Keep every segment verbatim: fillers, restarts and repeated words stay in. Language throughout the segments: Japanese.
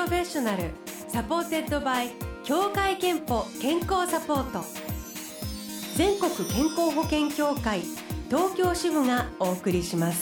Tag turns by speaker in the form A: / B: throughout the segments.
A: ロフェッショナルサポーテッドバイ協会憲法健康サポート、全国健康保険協会東京支部がお送りします。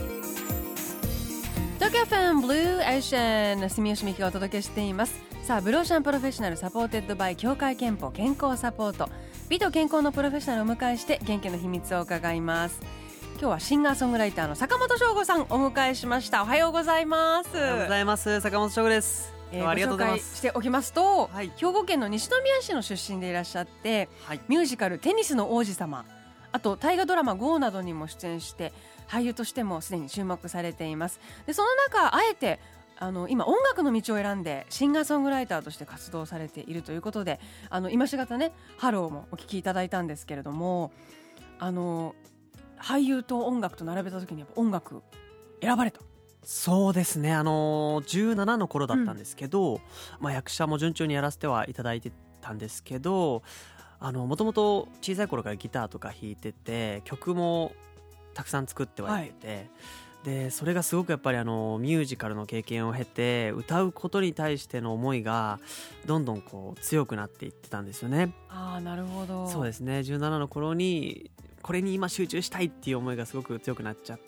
A: 東京 エフエム ブルーエーシャン住吉美希がお届けしています。さあ、ブルーオーシャンプロフェッショナルサポーテッドバイ協会憲法健康サポート、美と健康のプロフェッショナルをお迎えして元気の秘密を伺います。今日はシンガーソングライターの坂本翔吾さんお迎えしました。おはようございます。
B: おはようございます。坂本翔吾です。
A: えー、
B: ありがとうございます。
A: ご紹介しておきますと、
B: はい、
A: 兵庫県の西宮市の出身でいらっしゃって、
B: はい、
A: ミュージカルテニスの王子様、あと大河ドラマ ゴー などにも出演して俳優としてもすでに注目されています。でその中あえてあの今音楽の道を選んでシンガーソングライターとして活動されているということで、あの今しがたねハローもお聞きいただいたんですけれども、あの俳優と音楽と並べた時にやっぱ音楽選ばれた。
B: そうですね、あのじゅうななの頃だったんですけど、うん、まあ、役者も順調にやらせてはいただいてたんですけど、あのもともと小さい頃からギターとか弾いてて曲もたくさん作ってはいてて、はい、でそれがすごくやっぱりあのミュージカルの経験を経て歌うことに対しての思いがどんどんこう強くなっていってたんですよね。
A: あー、なるほど。
B: そうですね、じゅうななの頃にこれに今集中したいっていう思いがすごく強くなっちゃって、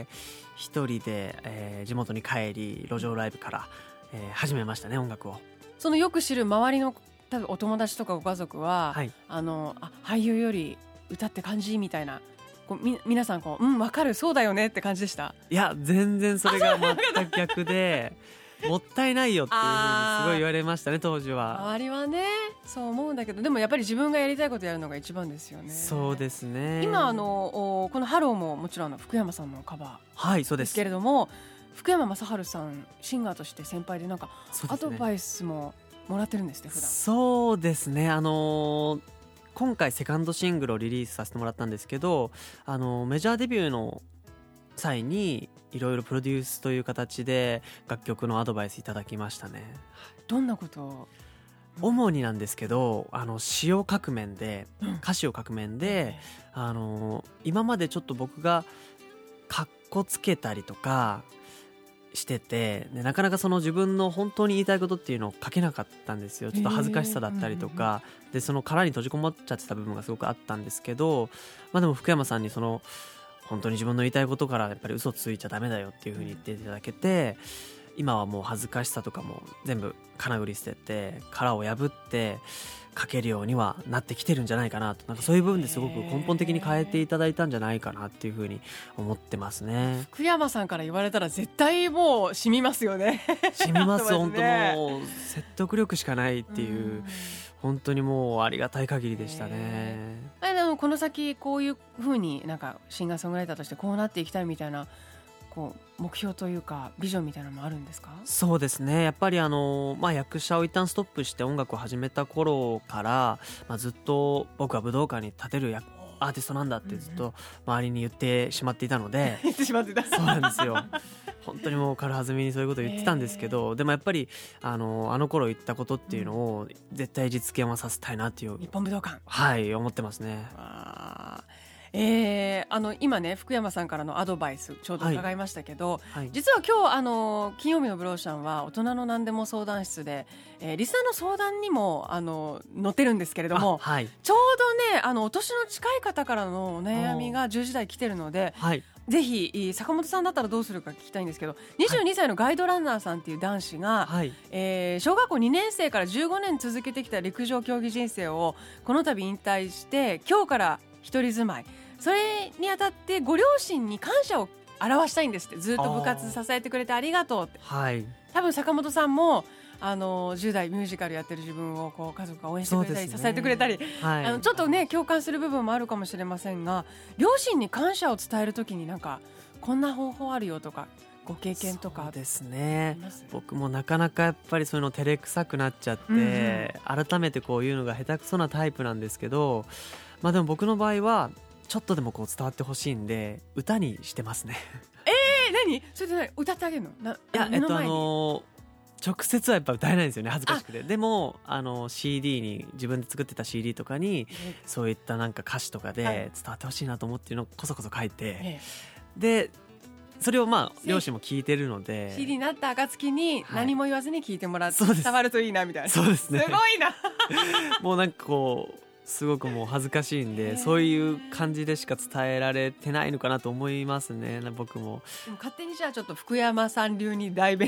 B: 一人で、えー、地元に帰り路上ライブから、えー、始めましたね、音楽を。
A: そのよく知る周りの多分お友達とかご家族は、はい、あのあ俳優より歌って感じみたいな、こうみ皆さんこう、うん分かるそうだよねって感じでした？
B: いや全然それが全く逆でもったいないよっていうふうにすごい言われましたね、当時は。
A: 周りはねそう思うんだけど、でもやっぱり自分がやりたいことやるのが一番ですよね。
B: そうですね。今
A: あのこのハローももちろんの福山さんのカバーですけれども、
B: はい、
A: 福山雅治さんシンガーとして先輩でなんかアドバイスももらってるんですね、普段。
B: そうですね、あのー、今回セカンドシングルをリリースさせてもらったんですけど、あのー、メジャーデビューの際にいろいろプロデュースという形で楽曲のアドバイスいただきましたね。
A: どんなことを？
B: 主になんですけど、あの詩を書く面で、うん、歌詞を書く面で、うん、あの今までちょっと僕がかっこつけたりとかしてて、でなかなかその自分の本当に言いたいことっていうのを書けなかったんですよ。ちょっと恥ずかしさだったりとか、うんうん、でその殻に閉じこもっちゃってた部分がすごくあったんですけど、まあ、でも福山さんにその本当に自分の言いたいことからやっぱり嘘ついちゃダメだよっていう風に言っていただけて、今はもう恥ずかしさとかも全部金繰り捨てて殻を破って書けるようにはなってきてるんじゃないかなと、なんかそういう部分ですごく根本的に変えていただいたんじゃないかなっていう風に思ってますね。
A: 福山さんから言われたら絶対もう染みますよね。
B: 染みます本当もう説得力しかないっていう、本当にもうありがたい限りでしたね。
A: あでもこの先こういう風になんかシンガーソングライターとしてこうなっていきたいみたいなこう目標というかビジョンみたいなのもあるんですか？
B: そうですね、やっぱりあの、まあ、役者を一旦ストップして音楽を始めた頃から、まあ、ずっと僕は武道館に立てる役アーティストなんだってずっと周りに言ってしまっていたので
A: 言ってしまってた。
B: そうなんですよ本当にもう軽はずみにそういうことを言ってたんですけど、でもやっぱりあのあの頃言ったことっていうのを絶対実現はさせたいなっていう、
A: 日本武道館、
B: はい思ってますね。
A: あえー、あの今ね福山さんからのアドバイスちょうど伺いましたけど、はいはい、実は今日あの金曜日のブローシャンは大人の何でも相談室で、えー、リスナーの相談にもあの載ってるんですけれども、はい、ちょうどねあのお年の近い方からのお悩みがじゅうじ台来てるので、はい、ぜひ坂本さんだったらどうするか聞きたいんですけど、にじゅうにさいのガイドランナーさんっていう男子が、はい、えー、小学校にねん生からじゅうごねん続けてきた陸上競技人生をこの度引退して今日から一人住まい、それにあたってご両親に感謝を表したいんですって。ずっと部活支えてくれてありがとうって、はい、多分坂本さんもあのじゅう代ミュージカルやってる自分をこう家族が応援してくれたり、ね、支えてくれたり、はい、あのちょっとね共感する部分もあるかもしれませんが、両親に感謝を伝えるときになんかこんな方法あるよとかご経験とか。
B: そうですね、僕もなかなかやっぱりそういうの照れくさくなっちゃって、うんうん、改めてこういうのが下手くそなタイプなんですけど、まあでも僕の場合はちょっとでもこう伝わってほしいんで歌にしてますね。
A: えー、何それで何歌ってあげるの？ない
B: やえっとあの直接はやっぱ歌えないんですよね、恥ずかしくて。でもあの シーディー に自分で作ってた シーディー とかにそういったなんか歌詞とかで伝わってほしいなと思ってるのをこそこそ書いて、でそれをまあ両親も聞いてるので
A: シーディー になった暁に何も言わずに聞いてもらって、
B: はい、
A: 伝わるといいなみたいな。
B: そうですね。
A: すごいな
B: もうなんかこうすごくもう恥ずかしいんで、そういう感じでしか伝えられてないのかなと思いますね。僕も
A: でも勝手にじゃあちょっと福山さん流に代弁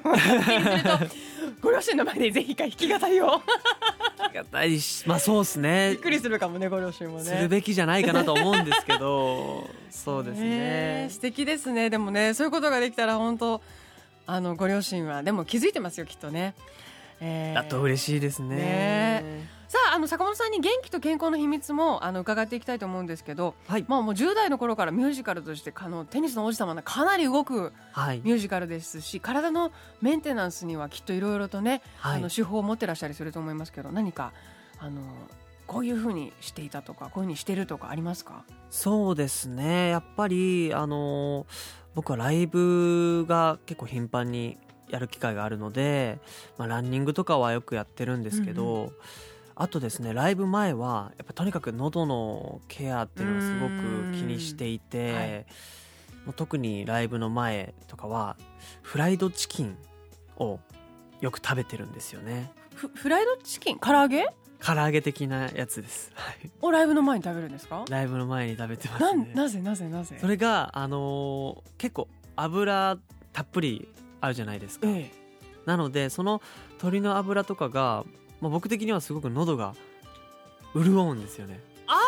A: ご両親の前でぜひか弾き語りを
B: 弾き語りし、まあそうですね、
A: びっくりするかもね、ご両親もね。
B: するべきじゃないかなと思うんですけどそうですね、
A: 素敵ですね。でもね、そういうことができたら本当あのご両親はでも気づいてますよきっとね。えー、
B: だと嬉しいですね。
A: ね、さあ、あの坂本さんに元気と健康の秘密もあの伺っていきたいと思うんですけど、はい、まあ、もうじゅう代の頃からミュージカルとしてあのテニスの王子様がかなり動くミュージカルですし、はい、体のメンテナンスにはきっといろいろとね、はい、あの手法を持ってらっしゃりすると思いますけど、何かあのこういうふうにしていたとかこういうふうにしてるとかありますか？
B: そうですね、やっぱりあの僕はライブが結構頻繁にやる機会があるので、まあ、ランニングとかはよくやってるんですけど、うんうん、あとですね、ライブ前はやっぱとにかく喉のケアっていうのをすごく気にしていて、はい、もう特にライブの前とかはフライドチキンをよく食べてるんですよね。
A: フ, フライドチキン、唐揚げ
B: 唐揚げ的なやつです、はい、
A: をライブの前に食べるんですか？
B: ライブの前に食べてますね。
A: な, なぜなぜなぜ
B: それが、あのー、結構油たっぷりあるじゃないですか、ええ、なのでその鶏の油とかが、まあ、僕的にはすごく喉が潤うんですよね。
A: あ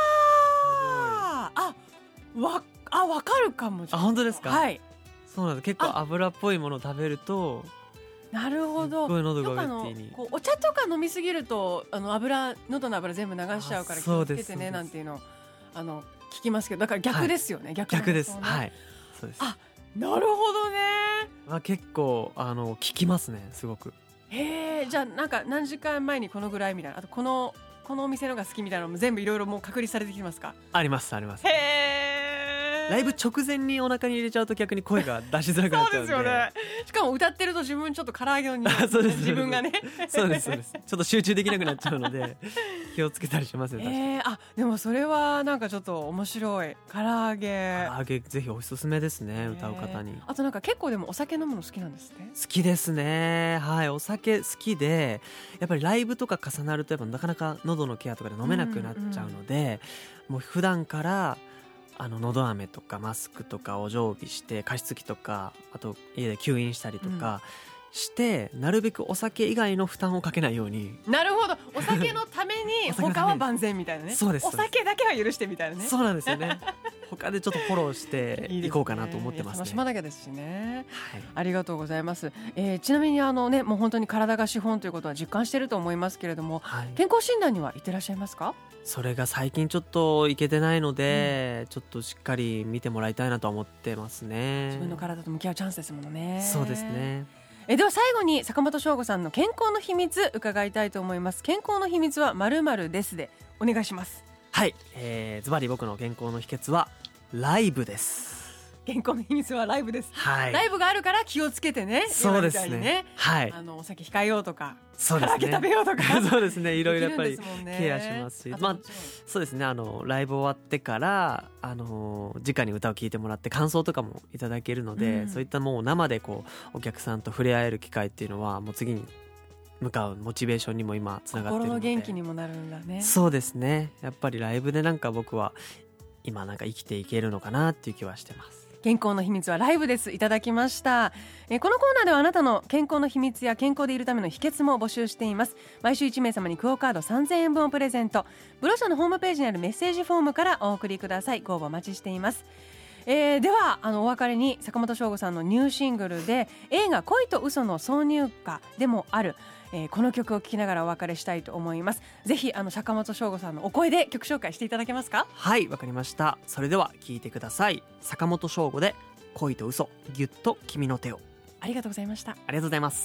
A: あわあわかるかも。
B: あ、本当ですか？
A: はい、
B: そうなんです。結構油っぽいものを食べると、
A: なるほど、
B: すごい喉がウェッティに。
A: こうお茶とか飲みすぎるとあの油喉の油全部流しちゃうから気をつけてねなんていうのあの聞きますけど、だから逆ですよね、はい、逆,
B: 逆です、はい、そうです。
A: あ、なるほどね。
B: まあ、結構あの効きますね、すごく。
A: へえ、じゃあなんか何時間前にこのぐらいみたいな、あとこのこのお店のが好きみたいなのも全部いろいろもう確立されてきますか？
B: ありますあります。
A: へえ。
B: ライブ直前にお腹に入れちゃうと逆に声が出しづらくなっちゃうんで。
A: そうですよね。しかも歌ってると自分ちょっと唐揚げの匂い自分がね
B: そうですそうです。ちょっと集中できなくなっちゃうので気をつけたりしますよ。
A: えー、あ、でもそれはなんかちょっと面白い。唐揚げ
B: 唐揚げぜひおすすめですね、歌う方に。
A: あとなんか結構でもお酒飲むの好きなんですね。
B: 好きですね、はい、お酒好きで、やっぱりライブとか重なるとやっぱなかなか喉のケアとかで飲めなくなっちゃうので、うんうん、もう普段からあののど飴とかマスクとかを常備して加湿器とかあと家で吸引したりとかして、うん、なるべくお酒以外の負担をかけないように。
A: なるほど、お酒のために他は万全みたいなね。
B: そうです、
A: お酒だけは許してみたいなね。
B: そうなんですよね他でちょっとフォローしていこうかなと思ってますね。
A: 楽しまなきゃですしね、
B: はい、
A: ありがとうございます、えー、ちなみにあの、ね、もう本当に体が資本ということは実感していると思いますけれども、はい、健康診断には行ってらっしゃいますか？
B: それが最近ちょっと行けてないので、うん、ちょっとしっかり見てもらいたいなと思ってますね。
A: 自分の体と向き合うチャンスですものね。
B: そうですね。
A: えでは最後に坂本翔吾さんの健康の秘密伺いたいと思います。健康の秘密は〇〇ですでお願いします。
B: はい、えー、ズバリ僕の健康の秘訣はライブです。
A: 健康の秘密はライブです、
B: はい、
A: ライブがあるから気をつけてね。
B: そうですね、
A: ね、
B: はい、
A: あのお酒控えようとか、
B: そうですね、
A: 唐揚げ食べようとか
B: そうですね、いろいろやっぱり
A: ね、
B: ケアしますし、まあ、そうですね、あのライブ終わってからあの直に歌を聴いてもらって感想とかもいただけるので、うん、そういったもう生でこうお客さんと触れ合える機会っていうのはもう次に向かうモチベーションにも今つながっているので、
A: 心の元気にもなるんだね。
B: そうですね、やっぱりライブでなんか僕は今なんか生きていけるのかなっていう気はしてます。
A: 健康の秘密はライブです。いただきました。えこのコーナーではあなたの健康の秘密や健康でいるための秘訣も募集しています。毎週いち名様にクオカードさんぜんえんぶんをプレゼント。ブロシャのホームページにあるメッセージフォームからお送りください。ご応募お待ちしています。えー、ではあのお別れに坂本翔吾さんのニューシングルで映画恋と嘘の挿入歌でもある、えー、この曲を聴きながらお別れしたいと思います。ぜひあの坂本翔吾さんのお声で曲紹介していただけますか？
B: はい、わかりました。それでは聴いてください。坂本翔吾で恋と嘘、ぎゅっと君の手を。
A: ありがとうございました。
B: ありがとうございます。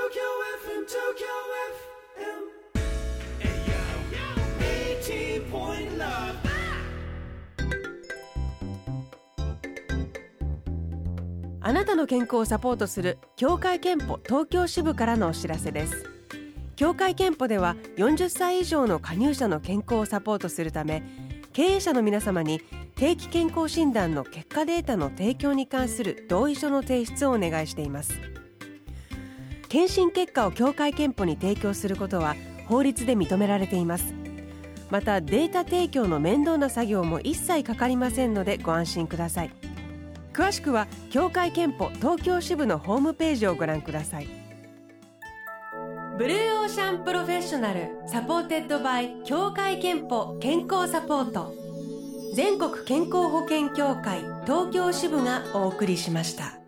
A: あなたの健康をサポートする協会憲法東京支部からのお知らせです。協会憲法ではよんじゅっさい以上の加入者の健康をサポートするため、経営者の皆様に
C: 定期健康診断の結果データの提供に関する同意書の提出をお願いしています。検診結果を協会憲法に提供することは法律で認められています。またデータ提供の面倒な作業も一切かかりませんのでご安心ください。詳しくは協会憲法東京支部のホームページをご覧ください。ブルーオーシャンプロフェッショナルサポーテッドバイ協会憲法健康サポート、全国健康保険協会東京支部がお送りしました。